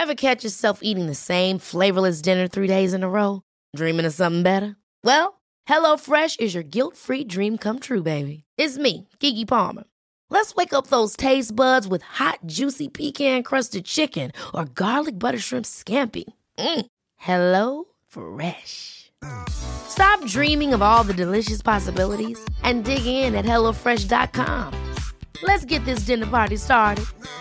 Ever catch yourself eating the same flavorless dinner 3 days in a row? Dreaming of something better? Well, HelloFresh is your guilt-free dream come true, baby. It's me, Keke Palmer. Let's wake up those taste buds with hot, juicy pecan-crusted chicken or garlic butter shrimp scampi. Hello Fresh. Stop dreaming of all the delicious possibilities and dig in at HelloFresh.com. Let's get this dinner party started.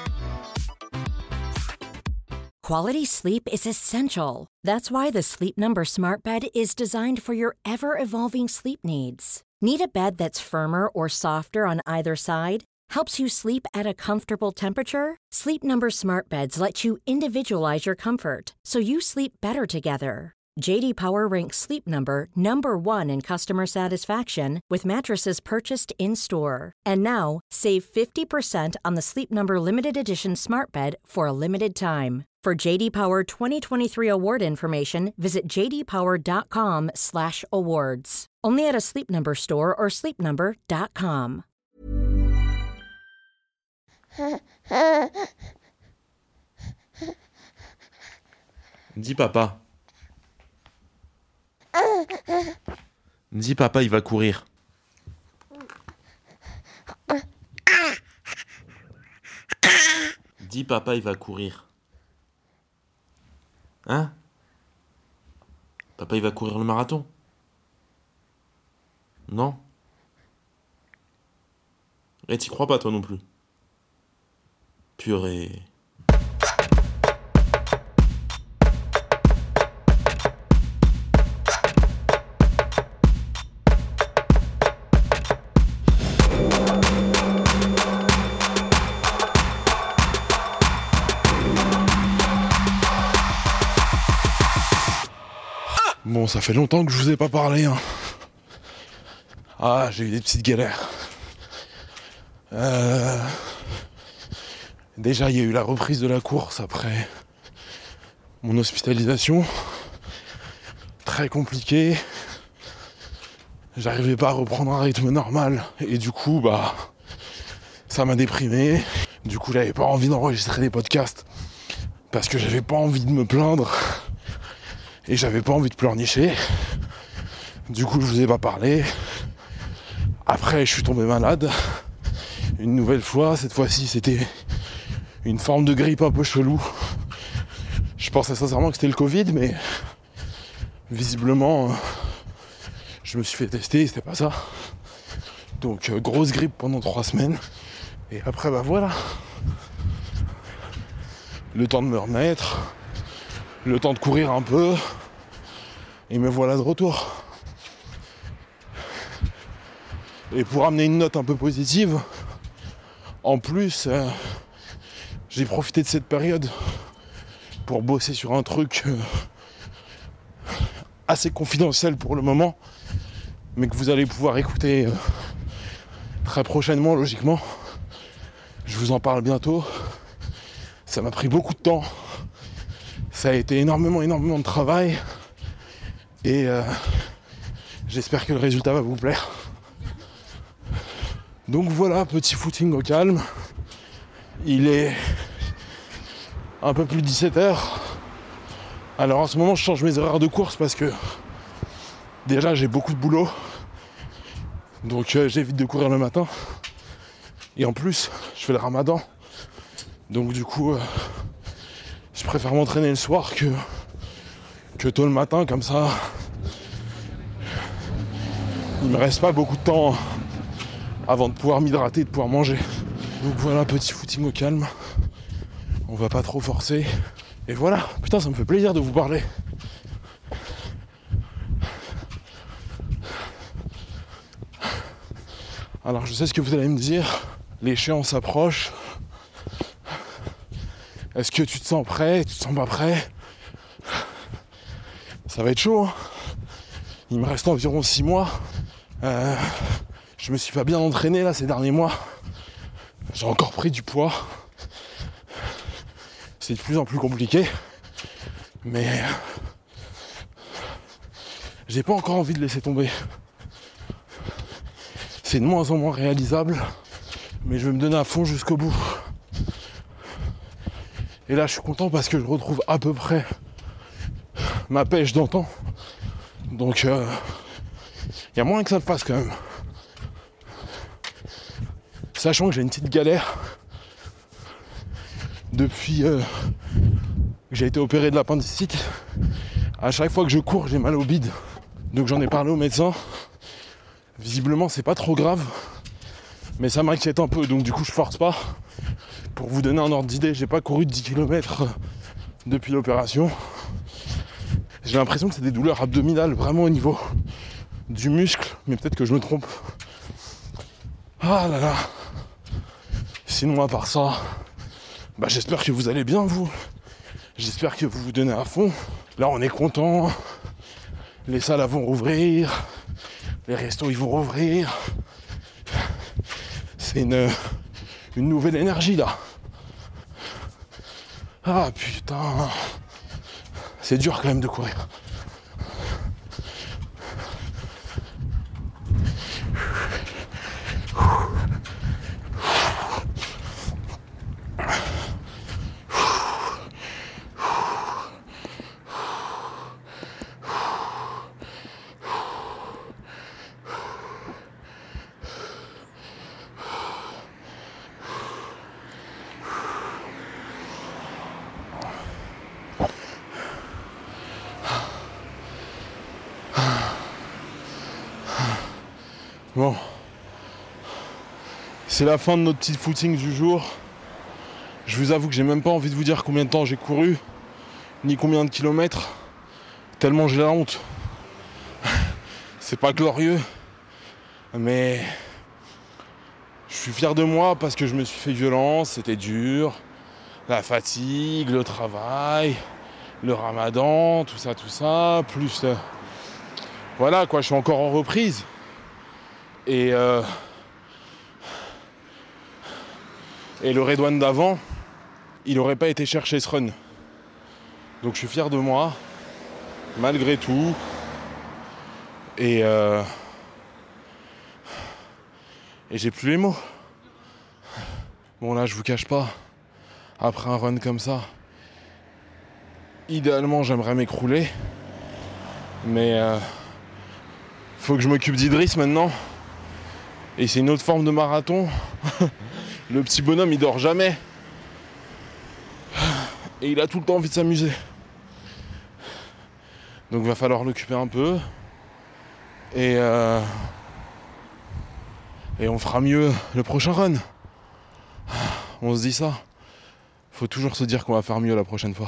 Quality sleep is essential. That's why the Sleep Number Smart Bed is designed for your ever-evolving sleep needs. Need a bed that's firmer or softer on either side? Helps you sleep at a comfortable temperature? Sleep Number Smart Beds let you individualize your comfort, so you sleep better together. J.D. Power ranks Sleep Number number 1 in customer satisfaction with mattresses purchased in-store. And now, save 50% on the Sleep Number Limited Edition Smart Bed for a limited time. For J.D. Power 2023 award information, visit jdpower.com/awards. Only at a Sleep Number store or sleepnumber.com. Dis papa. Dis papa, il va courir. Dis papa, il va courir. Hein? Papa, il va courir le marathon? Non? Et t'y crois pas toi non plus? Purée. Bon, ça fait longtemps que je vous ai pas parlé, hein. Ah, j'ai eu des petites galères. Déjà, il y a eu la reprise de la course après mon hospitalisation. Très compliqué. J'arrivais pas à reprendre un rythme normal. Et du coup, ça m'a déprimé. Du coup, j'avais pas envie d'enregistrer des podcasts. Parce que j'avais pas envie de me plaindre. Et j'avais pas envie de pleurnicher. Du coup, je vous ai pas parlé. Après, je suis tombé malade. Une nouvelle fois. Cette fois-ci, c'était une forme de grippe un peu chelou. Je pensais sincèrement que c'était le Covid, mais visiblement, je me suis fait tester et c'était pas ça. Donc, grosse grippe pendant 3 semaines. Et après, voilà. Le temps de me remettre. Le temps de courir un peu. Et me voilà de retour. Et pour amener une note un peu positive, en plus, j'ai profité de cette période pour bosser sur un truc assez confidentiel pour le moment, mais que vous allez pouvoir écouter très prochainement, logiquement. Je vous en parle bientôt. Ça m'a pris beaucoup de temps. Ça a été énormément de travail. Et j'espère que le résultat va vous plaire. Donc voilà, petit footing au calme. Il est un peu plus de 17h. Alors en ce moment, je change mes horaires de course parce que déjà j'ai beaucoup de boulot. Donc j'évite de courir le matin. Et en plus, je fais le ramadan. Donc du coup, je préfère m'entraîner le soir que tôt le matin, comme ça il me reste pas beaucoup de temps avant de pouvoir m'hydrater et de pouvoir manger. Donc voilà, petit footing au calme. On va pas trop forcer. Et voilà, putain, ça me fait plaisir de vous parler. Alors je sais ce que vous allez me dire. L'échéance approche. Est-ce que tu te sens prêt? Tu te sens pas prêt? Ça va être chaud, hein. Il me reste environ 6 mois. Je me suis pas bien entraîné là ces derniers mois. J'ai encore pris du poids. C'est de plus en plus compliqué. Mais j'ai pas encore envie de laisser tomber. C'est de moins en moins réalisable. Mais je vais me donner à fond jusqu'au bout. Et là, je suis content parce que je retrouve à peu près ma pêche d'antan. Donc, il y a moyen que ça le fasse quand même. Sachant que j'ai une petite galère depuis que j'ai été opéré de l'appendicite. À chaque fois que je cours, j'ai mal au bide. Donc j'en ai parlé au médecin. Visiblement, c'est pas trop grave. Mais ça m'inquiète un peu, donc du coup, je force pas. Pour vous donner un ordre d'idée, j'ai pas couru de 10 km depuis l'opération. J'ai l'impression que c'est des douleurs abdominales, vraiment au niveau du muscle. Mais peut-être que je me trompe. Ah là là. Sinon, à part ça, bah, j'espère que vous allez bien, vous. J'espère que vous vous donnez à fond. Là, on est content. Les salles elles vont rouvrir. Les restos, ils vont rouvrir. C'est une nouvelle énergie, là. Ah, putain. C'est dur, quand même, de courir. Bon, c'est la fin de notre petit footing du jour. Je vous avoue que j'ai même pas envie de vous dire combien de temps j'ai couru, ni combien de kilomètres, tellement j'ai la honte. C'est pas glorieux, mais je suis fier de moi parce que je me suis fait violence, c'était dur, la fatigue, le travail, le ramadan, tout ça, plus voilà quoi, je suis encore en reprise. Et le Redouane d'avant, il n'aurait pas été chercher ce run. Donc je suis fier de moi, malgré tout. Et j'ai plus les mots. Bon là, je vous cache pas, après un run comme ça, idéalement j'aimerais m'écrouler. Mais faut que je m'occupe d'Idriss maintenant. Et c'est une autre forme de marathon. Le petit bonhomme, il dort jamais. Et il a tout le temps envie de s'amuser. Donc va falloir l'occuper un peu. Et on fera mieux le prochain run. On se dit ça. Faut toujours se dire qu'on va faire mieux la prochaine fois.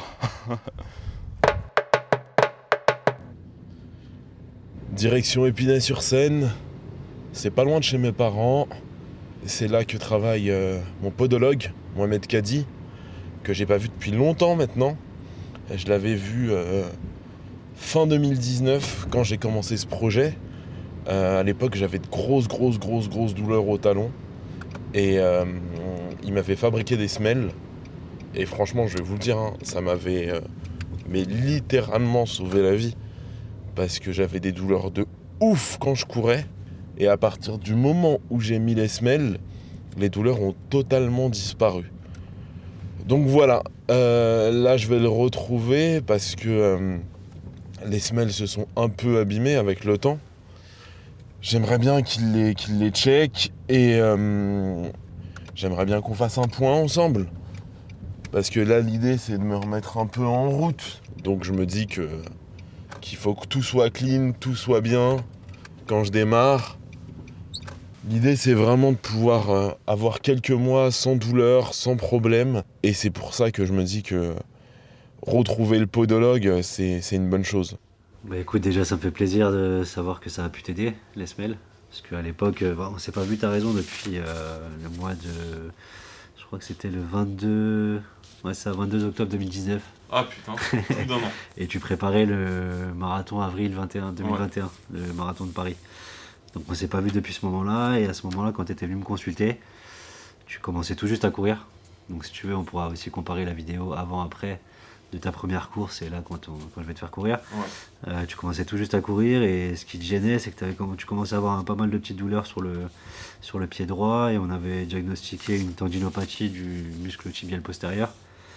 Direction Épinay-sur-Seine. C'est pas loin de chez mes parents. C'est là que travaille mon podologue, Mohamed Kadi, que j'ai pas vu depuis longtemps maintenant. Et je l'avais vu fin 2019 quand j'ai commencé ce projet. À l'époque, j'avais de grosses douleurs au talon. Et il m'avait fabriqué des semelles. Et franchement, je vais vous le dire, hein, ça m'avait mais littéralement sauvé la vie. Parce que j'avais des douleurs de ouf quand je courais. Et à partir du moment où j'ai mis les semelles, les douleurs ont totalement disparu. Donc voilà, là je vais le retrouver parce que les semelles se sont un peu abîmées avec le temps. J'aimerais bien qu'il les check et j'aimerais bien qu'on fasse un point ensemble. Parce que là l'idée c'est de me remettre un peu en route. Donc je me dis qu'il faut que tout soit clean, tout soit bien quand je démarre. L'idée, c'est vraiment de pouvoir avoir quelques mois sans douleur, sans problème. Et c'est pour ça que je me dis que retrouver le podologue, c'est une bonne chose. Bah écoute, déjà, ça me fait plaisir de savoir que ça a pu t'aider, les semelles. Parce qu'à l'époque, on s'est pas vu, t'as raison, depuis le mois de... Je crois que c'était le 22... Ouais, c'est ça, 22 octobre 2019. Ah putain, plus d'un an. Et tu préparais le marathon avril 2021, ouais. Le marathon de Paris. Donc on s'est pas vu depuis ce moment-là, et à ce moment-là, quand tu étais venu me consulter, tu commençais tout juste à courir. Donc si tu veux, on pourra aussi comparer la vidéo avant-après de ta première course et là quand je vais te faire courir. Ouais. Tu commençais tout juste à courir, et ce qui te gênait, c'est que tu commençais à avoir pas mal de petites douleurs sur le pied droit, et on avait diagnostiqué une tendinopathie du muscle tibial postérieur.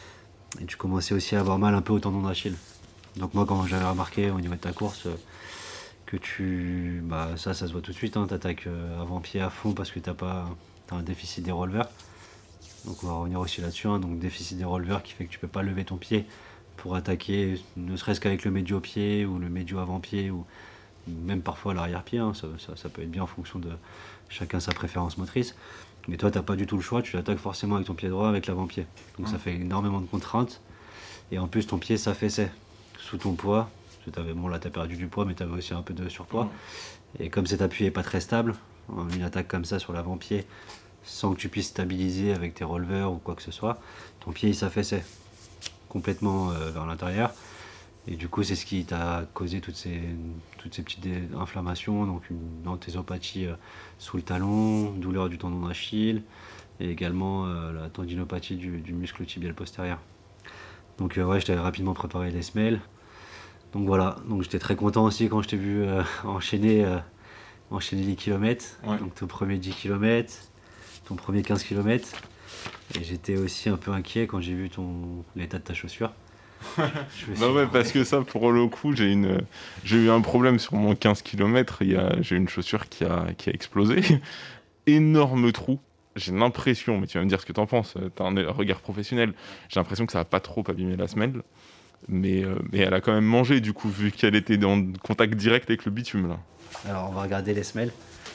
Et tu commençais aussi à avoir mal un peu au tendon d'Achille. Donc moi, quand j'avais remarqué au niveau de ta course que ça se voit tout de suite, hein, t'attaques avant-pied à fond parce que t'as un déficit des releveurs. Donc on va revenir aussi là-dessus, hein, donc déficit des releveurs qui fait que tu peux pas lever ton pied pour attaquer, ne serait-ce qu'avec le médio-pied ou le médio-avant-pied ou même parfois l'arrière-pied, hein, ça peut être bien en fonction de chacun sa préférence motrice. Mais toi, t'as pas du tout le choix, tu l'attaques forcément avec ton pied droit, avec l'avant-pied. Donc ça fait énormément de contraintes. Et en plus, ton pied s'affaissait sous ton poids. Parce que là, t'as perdu du poids, mais t'avais aussi un peu de surpoids. Et comme cet appui est pas très stable, une attaque comme ça sur l'avant-pied, sans que tu puisses stabiliser avec tes releveurs ou quoi que ce soit, ton pied il s'affaissait complètement vers l'intérieur. Et du coup, c'est ce qui t'a causé toutes ces petites inflammations, donc une anthésopathie sous le talon, douleur du tendon d'Achille, et également la tendinopathie du muscle tibial postérieur. Donc je t'avais rapidement préparé les semelles. Donc voilà, donc j'étais très content aussi quand je t'ai vu enchaîner les kilomètres. Ouais. Donc ton premier 10 km, ton premier 15 km. Et j'étais aussi un peu inquiet quand j'ai vu l'état de ta chaussure. Parce que ça, pour le coup, j'ai eu un problème sur mon 15 km. J'ai une chaussure qui a explosé. Énorme trou. J'ai l'impression, mais tu vas me dire ce que t'en penses, t'as un regard professionnel, j'ai l'impression que ça va pas trop abîmer la semelle. Mais elle a quand même mangé, du coup, vu qu'elle était en contact direct avec le bitume, là. Alors, on va regarder les semelles.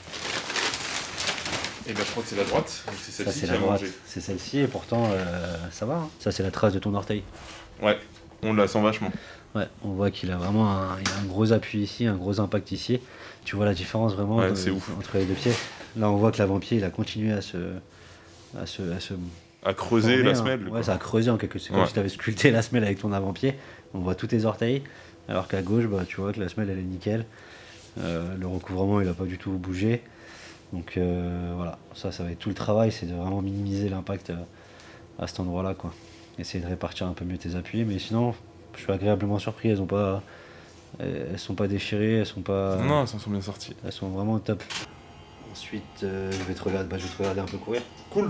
Et je crois que c'est la droite, donc c'est Ça, celle-ci c'est qui la a droite. mangé. C'est celle-ci, et pourtant, ça va. Hein. Ça, c'est la trace de ton orteil. Ouais, on la sent vachement. Ouais, on voit qu'il a vraiment un gros appui ici, un gros impact ici. Tu vois la différence vraiment c'est ouf. entre les deux pieds. Là, on voit que l'avant-pied, il a continué à creuser former, la hein. semelle. Ouais, ça a creusé en quelque sorte. C'est comme si tu avais sculpté la semelle avec ton avant-pied. On voit tous tes orteils. Alors qu'à gauche, tu vois que la semelle, elle est nickel. Le recouvrement, il n'a pas du tout bougé. Donc voilà, ça va être tout le travail, c'est de vraiment minimiser l'impact à cet endroit-là, quoi. Essayer de répartir un peu mieux tes appuis. Mais sinon, je suis agréablement surpris. Elles sont pas déchirées, elles sont pas. Non, elles sont bien sorties. Elles sont vraiment au top. Ensuite, je vais te regarder un peu courir. Cool.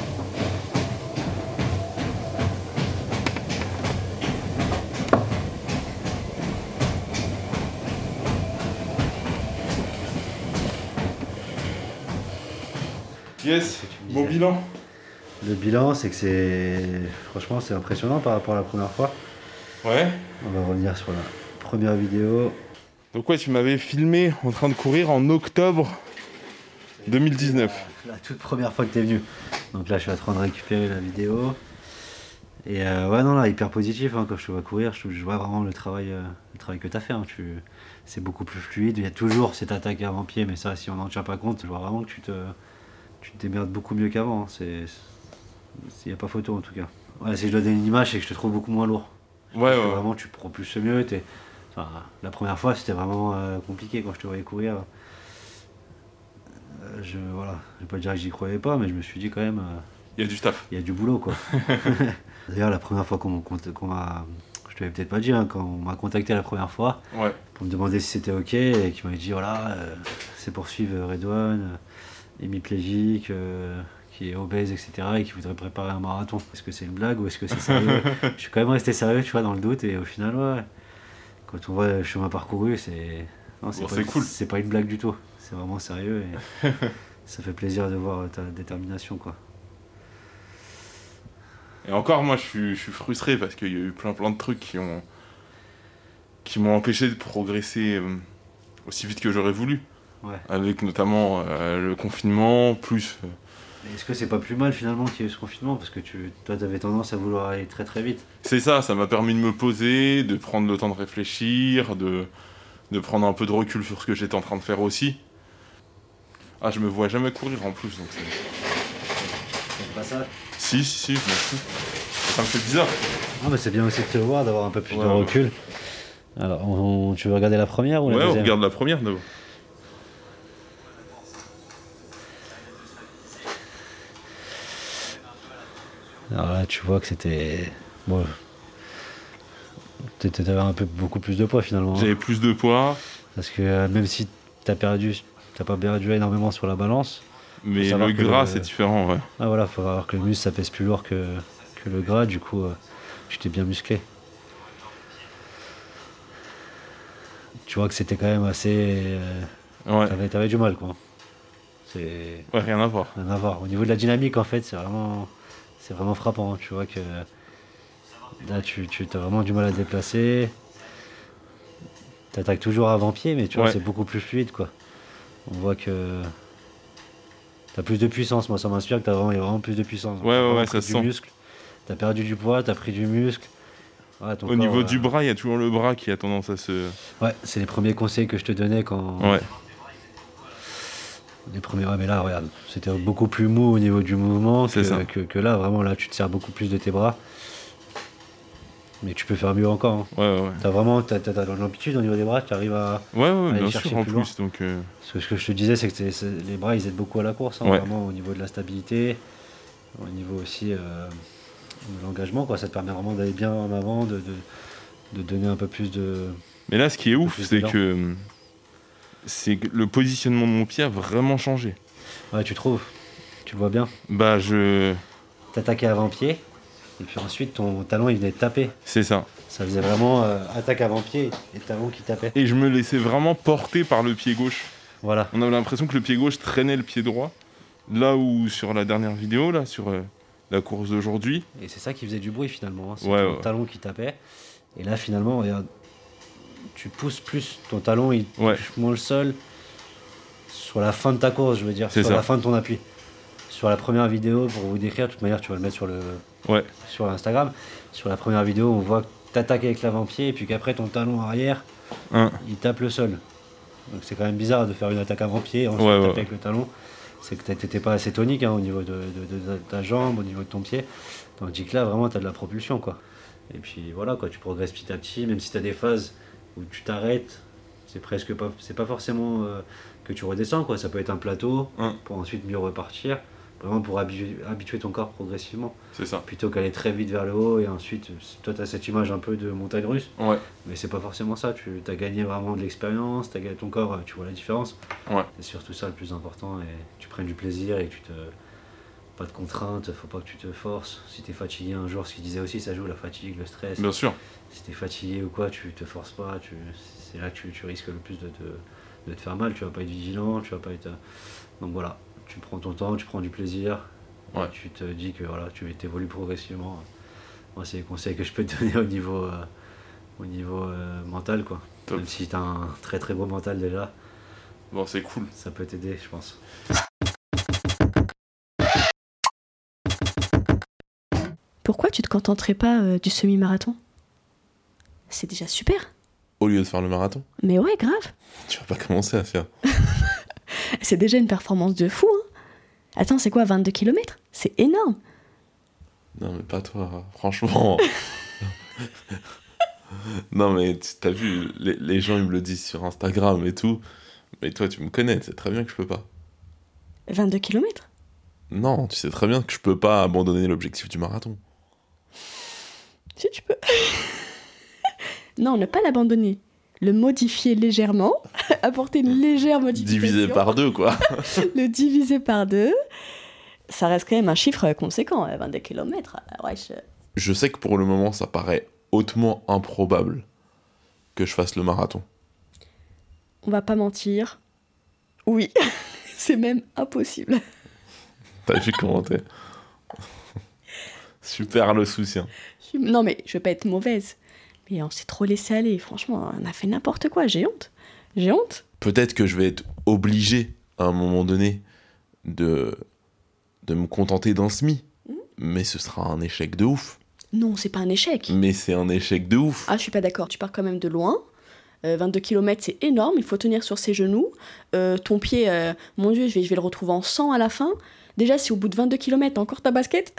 Yes, bon bilan. Le bilan, c'est que franchement, c'est impressionnant par rapport à la première fois. Ouais. On va revenir sur la première vidéo. Donc ouais, tu m'avais filmé en train de courir en octobre 2019. La toute première fois que t'es venu. Donc là, je suis en train de récupérer la vidéo. Et là, hyper positif, hein, quand je te vois courir, je vois vraiment le travail que t'as fait. Hein. C'est beaucoup plus fluide. Il y a toujours cette attaque avant-pied, mais ça, si on n'en tient pas compte, je vois vraiment que tu te démerdes beaucoup mieux qu'avant. Hein. Il n'y a pas photo en tout cas. Ouais, si je dois donner une image, c'est que je te trouve beaucoup moins lourd. Ouais. Vraiment, tu propulses mieux. La première fois, c'était vraiment compliqué quand je te voyais courir. Je vais pas dire que j'y croyais pas, mais je me suis dit quand même. Il y a du taf. Il y a du boulot, quoi. D'ailleurs, la première fois je te l'avais peut-être pas dit, hein, quand on m'a contacté la première fois, Ouais. pour me demander si c'était ok, et qu'il m'avait dit voilà, c'est pour suivre Redouane, hémiplégique, qui est obèse, etc., et qui voudrait préparer un marathon. Est-ce que c'est une blague ou est-ce que c'est sérieux? Je suis quand même resté sérieux, tu vois, dans le doute, et au final, ouais, quand on voit le chemin parcouru, c'est cool. C'est pas une blague du tout. C'est vraiment sérieux, et ça fait plaisir de voir ta détermination, quoi. Et encore, moi, je suis frustré parce qu'il y a eu plein de trucs qui m'ont empêché de progresser aussi vite que j'aurais voulu. Ouais. Avec notamment le confinement, plus... Est-ce que c'est pas plus mal finalement qu'il y ait eu ce confinement? Parce que toi, t'avais tendance à vouloir aller très très vite. C'est ça m'a permis de me poser, de prendre le temps de réfléchir, de prendre un peu de recul sur ce que j'étais en train de faire aussi. Ah, je me vois jamais courir en plus, donc C'est pas ça? Si, je m'en fous. Ça me fait bizarre. Ah, mais c'est bien aussi de te voir, d'avoir un peu plus de Ouais. recul. Alors, tu veux regarder la première ou la deuxième? On regarde la première d'abord. Alors là, tu vois que c'était... Bon, t'avais beaucoup plus de poids finalement. Hein. J'avais plus de poids. Parce que même si t'as pas perdu énormément sur la balance. Mais le gras, c'est différent, ouais. Ah voilà, faut voir que le muscle, ça pèse plus lourd que le gras. Du coup, tu t'es bien musclé. Tu vois que c'était quand même assez... Ouais. T'avais du mal, quoi. C'est Ouais, rien à voir. rien à voir. Au niveau de la dynamique, en fait, c'est vraiment frappant. Hein. Tu vois que là, tu as vraiment du mal à te déplacer. Tu attaques toujours avant-pied, mais tu vois, Ouais. c'est beaucoup plus fluide, quoi. On voit que tu as plus de puissance. Moi, ça m'inspire que il y a vraiment plus de puissance. Ouais, T'as vraiment ouais, pris ça du se sent. muscle. Tu as perdu du poids, tu as pris du muscle. Ouais, ton Au corps, niveau du bras, il y a toujours le bras qui a tendance à se... Ouais, c'est les premiers conseils que je te donnais quand... Ouais. Les premiers, ouais, mais là, regarde, c'était beaucoup plus mou au niveau du mouvement C'est ça. que là. Vraiment, là, tu te sers beaucoup plus de tes bras. Mais tu peux faire mieux encore. Hein. Ouais. T'as vraiment t'as l'amplitude au niveau des bras, tu arrives à... Ouais, aller bien chercher sûr, en plus loin. plus. Donc, Parce que ce que je te disais, c'est que les bras, ils aident beaucoup à la course, hein, Ouais. vraiment au niveau de la stabilité, au niveau aussi de l'engagement, quoi. Ça te permet vraiment d'aller bien en avant, de donner un peu plus de... Mais là, ce qui est ouf, plus c'est d'élan. que le positionnement de mon pied a vraiment changé. Ouais, tu trouves? Tu le vois bien? Bah, T'attaquais avant-pied, et puis ensuite ton talon il venait te taper. c'est ça. Ça faisait vraiment attaque avant-pied et talon qui tapait. Et je me laissais vraiment porter par le pied gauche. Voilà. On avait l'impression que le pied gauche traînait le pied droit. Là où sur la dernière vidéo, là, sur la course d'aujourd'hui, Et c'est ça qui faisait du bruit finalement. Hein. C'est Ouais, ton ouais. talon qui tapait. Et là finalement, regarde, tu pousses plus. Ton talon il Ouais. touche moins le sol. Sur la fin de ta course, je veux dire. C'est Sur ça. la fin de ton appui. Sur la première vidéo, pour vous décrire, de toute manière, tu vas le mettre ouais, sur Instagram. Sur la première vidéo, on voit que tu attaques avec l'avant-pied et puis qu'après ton talon arrière, hein, il tape le sol. Donc c'est quand même bizarre de faire une attaque avant-pied et ensuite Ouais, taper ouais. avec le talon. C'est que t'étais pas assez tonique hein, au niveau de ta jambe, au niveau de ton pied. Tandis que là, vraiment, tu as de la propulsion. Quoi. Et puis voilà, quoi, tu progresses petit à petit, même si tu as des phases où tu t'arrêtes, c'est pas forcément que tu redescends. Quoi. Ça peut être un plateau pour ensuite mieux repartir. Vraiment pour habituer ton corps progressivement. c'est ça. Plutôt qu'aller très vite vers le haut et ensuite, toi tu as cette image un peu de montagne russe. Ouais, Mais c'est pas forcément ça, tu as gagné vraiment de l'expérience, tu as gagné ton corps, tu vois la différence. ouais, C'est surtout ça le plus important et tu prennes du plaisir et que pas de contraintes, faut pas que tu te forces. Si tu es fatigué un jour, ce qu'il disait aussi, ça joue la fatigue, le stress. bien sûr. Si tu es fatigué ou quoi, tu te forces pas, c'est là que tu risques le plus de te faire mal, tu vas pas être vigilant, tu vas pas être... Donc voilà, tu prends ton temps, tu prends du plaisir, et Ouais. tu te dis que voilà, tu évolues progressivement. Moi, c'est les conseils que je peux te donner au niveau mental, quoi. Top. Même si tu as un très très beau mental déjà, Bon, c'est cool. ça peut t'aider, je pense. Pourquoi tu te contenterais pas du semi-marathon? C'est déjà super. Au lieu de faire le marathon, Mais ouais, grave. tu vas pas commencer à faire. C'est déjà une performance de fou. Hein. Attends, c'est quoi, 22 km? C'est énorme. Non, mais pas toi, franchement. Non, mais t'as vu, les gens ils me le disent sur Instagram et tout. Mais toi, tu me connais, tu sais très bien que je peux pas. 22 km? Non, tu sais très bien que je peux pas abandonner l'objectif du marathon. Si tu peux. Non, ne pas l'abandonner. Le modifier légèrement. Apporter une légère modification. Divisé par 2, quoi. Le diviser par 2. Ça reste quand même un chiffre conséquent, 22 km. Ouais, Je sais que pour le moment, ça paraît hautement improbable que je fasse le marathon. On va pas mentir. Oui, c'est même impossible. T'as vu comment t'es? Super le soutien. Non mais je vais pas être mauvaise. Mais on s'est trop laissé aller. Franchement, on a fait n'importe quoi. J'ai honte. J'ai honte. Peut-être que je vais être obligé, à un moment donné, de me contenter d'un semi. Mais ce sera un échec de ouf. Non, c'est pas un échec. Mais c'est un échec de ouf. Ah, je suis pas d'accord. Tu pars quand même de loin. 22 km, c'est énorme. Il faut tenir sur ses genoux. Ton pied, mon Dieu, je vais le retrouver en sang à la fin. Déjà, si au bout de 22 km, t'as encore ta basket,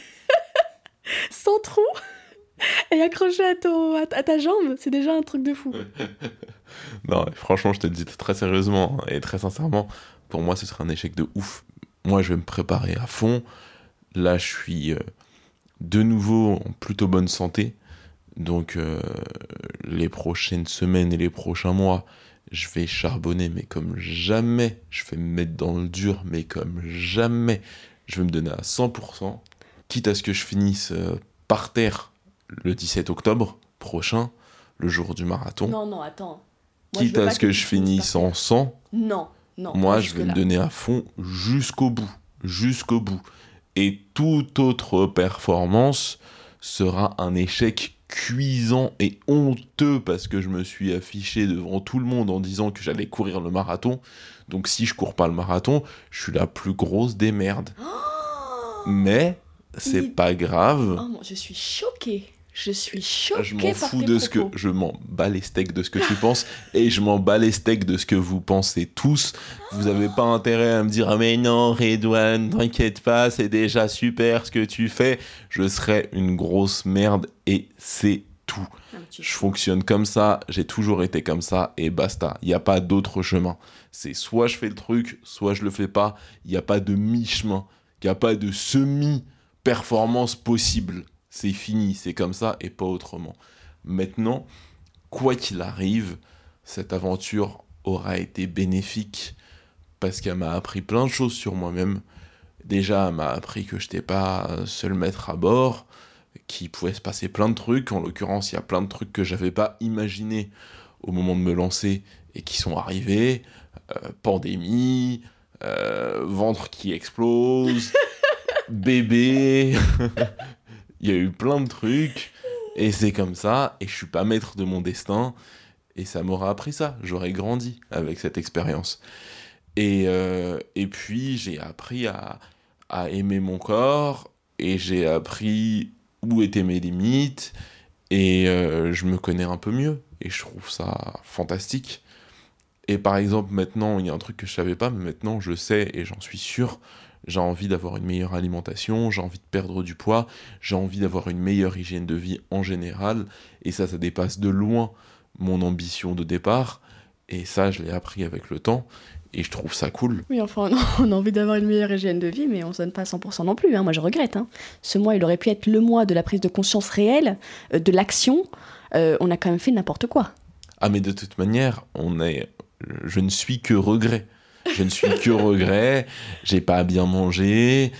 sans trou, et accroché à ta jambe, c'est déjà un truc de fou. Non, franchement, je te le dis très sérieusement et très sincèrement, pour moi, ce sera un échec de ouf. Moi, je vais me préparer à fond. Là, je suis de nouveau en plutôt bonne santé. Donc, les prochaines semaines et les prochains mois, je vais charbonner, mais comme jamais. Je vais me mettre dans le dur, mais comme jamais. Je vais me donner à 100%. Quitte à ce que je finisse par terre le 17 octobre prochain, le jour du marathon, Non, attends. Moi, quitte veux à pas ce que tu je finisses finisse par en terre. 100, Non, moi, pas je vais me jusque-là. donner à fond jusqu'au bout. Jusqu'au bout. Et toute autre performance sera un échec cuisant et honteux parce que je me suis affiché devant tout le monde en disant que j'allais courir le marathon. Donc si je cours pas le marathon, je suis la plus grosse des merdes. Mais c'est Il- pas grave. Oh, je suis choquée. Je suis choquée Je m'en par fous tes de ce que... propos. Je m'en bats les steaks de ce que tu penses et je m'en bats les steaks de ce que vous pensez tous. Vous avez pas intérêt à me dire « Ah mais non, Redouane, t'inquiète pas, c'est déjà super ce que tu fais. » Je serai une grosse merde et c'est tout. Non, mais tu- Je fonctionne comme ça, j'ai toujours été comme ça et basta. Il n'y a pas d'autre chemin. C'est soit je fais le truc, soit je le fais pas. Il n'y a pas de mi-chemin. Il n'y a pas de semi-performance possible. C'est fini, c'est comme ça et pas autrement. Maintenant, quoi qu'il arrive, cette aventure aura été bénéfique parce qu'elle m'a appris plein de choses sur moi-même. Déjà, elle m'a appris que je n'étais pas seul maître à bord, qu'il pouvait se passer plein de trucs. En l'occurrence, il y a plein de trucs que j'avais pas imaginés au moment de me lancer et qui sont arrivés. Pandémie, ventre qui explose, bébé... Il y a eu plein de trucs, et c'est comme ça, et je suis pas maître de mon destin, et ça m'aura appris ça. J'aurais grandi avec cette expérience. Et puis, j'ai appris à aimer mon corps, et j'ai appris où étaient mes limites, et je me connais un peu mieux, et je trouve ça fantastique. Et par exemple, maintenant, il y a un truc que je savais pas, mais maintenant je sais, et j'en suis sûr, j'ai envie d'avoir une meilleure alimentation, j'ai envie de perdre du poids, j'ai envie d'avoir une meilleure hygiène de vie en général, et ça dépasse de loin mon ambition de départ, et ça, je l'ai appris avec le temps, et je trouve ça cool. Oui, enfin, on a envie d'avoir une meilleure hygiène de vie, mais on ne se donne pas à 100% non plus. Hein. Moi, je regrette. Hein. Ce mois, il aurait pu être le mois de la prise de conscience réelle, de l'action. On a quand même fait n'importe quoi. Ah, mais de toute manière, je ne suis que regret. Je ne suis que regret, j'ai pas bien mangé,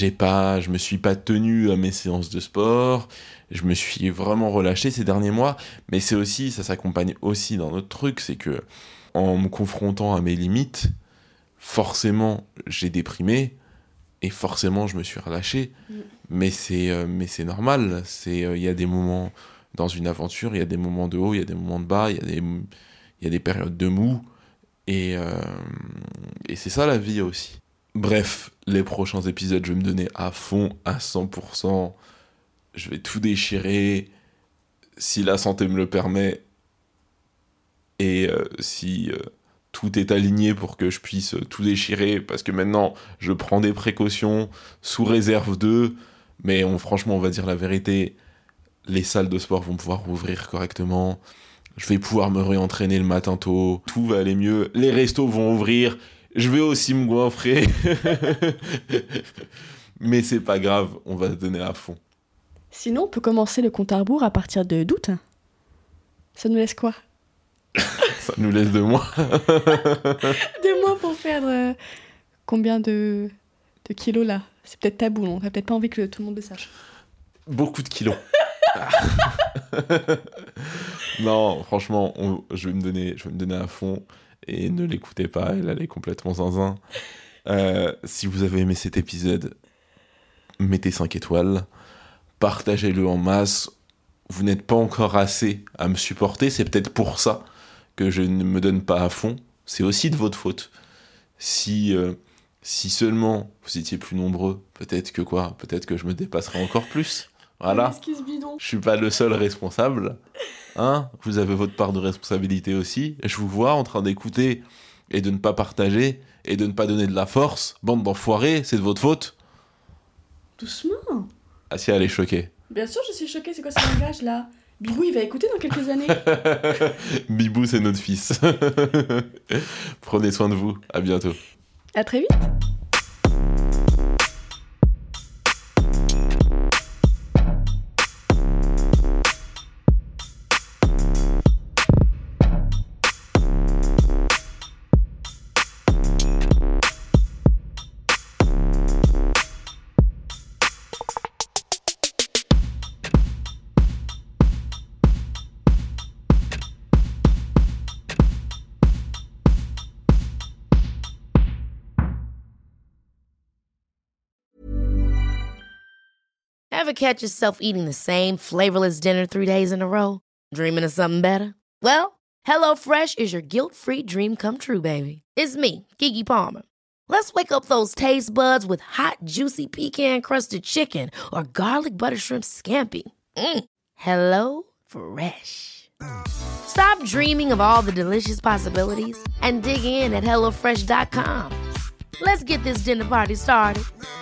je me suis pas tenu à mes séances de sport, je me suis vraiment relâché ces derniers mois, mais c'est aussi, ça s'accompagne aussi d'un autre truc, c'est que en me confrontant à mes limites, forcément j'ai déprimé et forcément je me suis relâché, mais c'est normal, il y a des moments dans une aventure, il y a des moments de haut, il y a des moments de bas, il y a des périodes de mou. Et c'est ça la vie aussi. Bref, les prochains épisodes, je vais me donner à fond, à 100%. Je vais tout déchirer, si la santé me le permet, et si tout est aligné pour que je puisse tout déchirer, parce que maintenant, je prends des précautions, sous réserve d'eux, mais franchement, on va dire la vérité, les salles de sport vont pouvoir rouvrir correctement. Je vais pouvoir me réentraîner le matin tôt, tout va aller mieux, les restos vont ouvrir, je vais aussi me goinfrer. Mais c'est pas grave, on va se donner à fond. Sinon, on peut commencer le compte à rebours à partir d'août. Ça nous laisse quoi? Ça nous laisse 2 mois. 2 mois pour perdre combien de kilos là? C'est peut-être tabou, on n'a peut-être pas envie que tout le monde le sache. Beaucoup de kilos. Non, franchement, je vais me donner à fond et ne l'écoutez pas, elle est complètement zinzin. Si vous avez aimé cet épisode, mettez 5 étoiles, partagez-le en masse. Vous n'êtes pas encore assez à me supporter, c'est peut-être pour ça que je ne me donne pas à fond. C'est aussi de votre faute. Si seulement vous étiez plus nombreux, peut-être que je me dépasserais encore plus. Voilà. Excuse bidon. Je suis pas le seul responsable. Hein, vous avez votre part de responsabilité aussi. Je vous vois en train d'écouter et de ne pas partager et de ne pas donner de la force. Bande d'enfoirés, c'est de votre faute. Doucement. Ah si, elle est choquée. Bien sûr, je suis choquée, c'est quoi ce langage là? Bibou, il va écouter dans quelques années. Bibou, c'est notre fils. Prenez soin de vous. À bientôt. À très vite. Ever catch yourself eating the same flavorless dinner 3 days in a row? Dreaming of something better? Well, HelloFresh is your guilt-free dream come true, baby. It's me, Keke Palmer. Let's wake up those taste buds with hot, juicy pecan-crusted chicken or garlic butter shrimp scampi. Hello Fresh. Stop dreaming of all the delicious possibilities and dig in at HelloFresh.com. Let's get this dinner party started.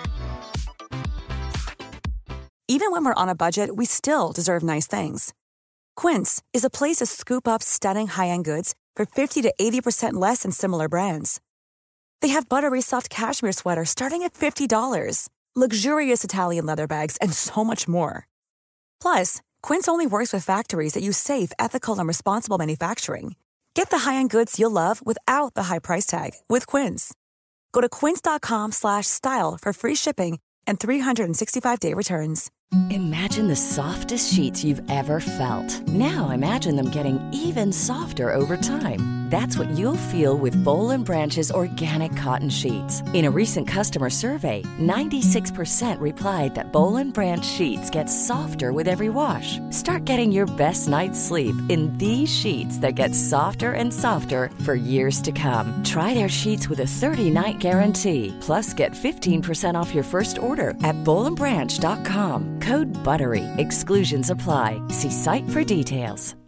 Even when we're on a budget, we still deserve nice things. Quince is a place to scoop up stunning high-end goods for 50 to 80% less than similar brands. They have buttery soft cashmere sweaters starting at $50, luxurious Italian leather bags, and so much more. Plus, Quince only works with factories that use safe, ethical, and responsible manufacturing. Get the high-end goods you'll love without the high price tag with Quince. Go to quince.com/style for free shipping and 365-day returns. Imagine the softest sheets you've ever felt. Now imagine them getting even softer over time. That's what you'll feel with Boll & Branch's organic cotton sheets. In a recent customer survey, 96% replied that Boll & Branch sheets get softer with every wash. Start getting your best night's sleep in these sheets that get softer and softer for years to come. Try their sheets with a 30-night guarantee. Plus, get 15% off your first order at bollandbranch.com. Code BUTTERY. Exclusions apply. See site for details.